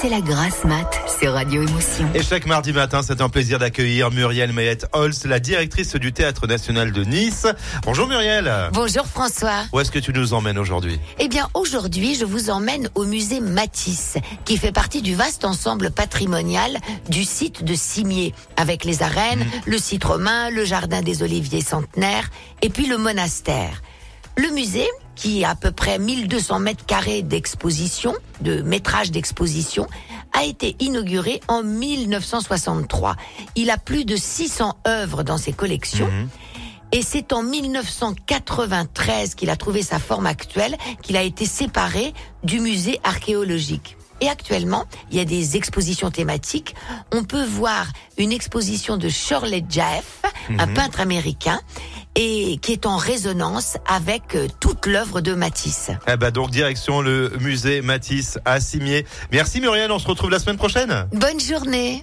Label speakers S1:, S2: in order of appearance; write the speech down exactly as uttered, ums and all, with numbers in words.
S1: c'est la grasse mat sur Radio Émotion.
S2: Et chaque mardi matin, c'est un plaisir d'accueillir Muriel Mayet-Holz, la directrice du Théâtre National de Nice. Bonjour Muriel.
S3: Bonjour François.
S2: Où est-ce que tu nous emmènes aujourd'hui ?
S3: Eh bien aujourd'hui, je vous emmène au musée Matisse, qui fait partie du vaste ensemble patrimonial du site de Cimiez, avec les arènes, mmh. le site romain, le jardin des oliviers centenaires et puis le monastère. Le musée, qui a à peu près mille deux cents mètres carrés d'exposition, de métrage d'exposition, a été inauguré en mille neuf cent soixante-trois. Il a plus de six cents œuvres dans ses collections. Mmh. Et c'est en mille neuf cent quatre-vingt-treize qu'il a trouvé sa forme actuelle, qu'il a été séparé du musée archéologique. Et actuellement, il y a des expositions thématiques. On peut voir une exposition de Shirley Jaff, mmh. un peintre américain, et qui est en résonance avec euh, toute l'œuvre de Matisse.
S2: Eh ben donc direction le musée Matisse à Cimiez. Merci Muriel, on se retrouve la semaine prochaine.
S3: Bonne journée.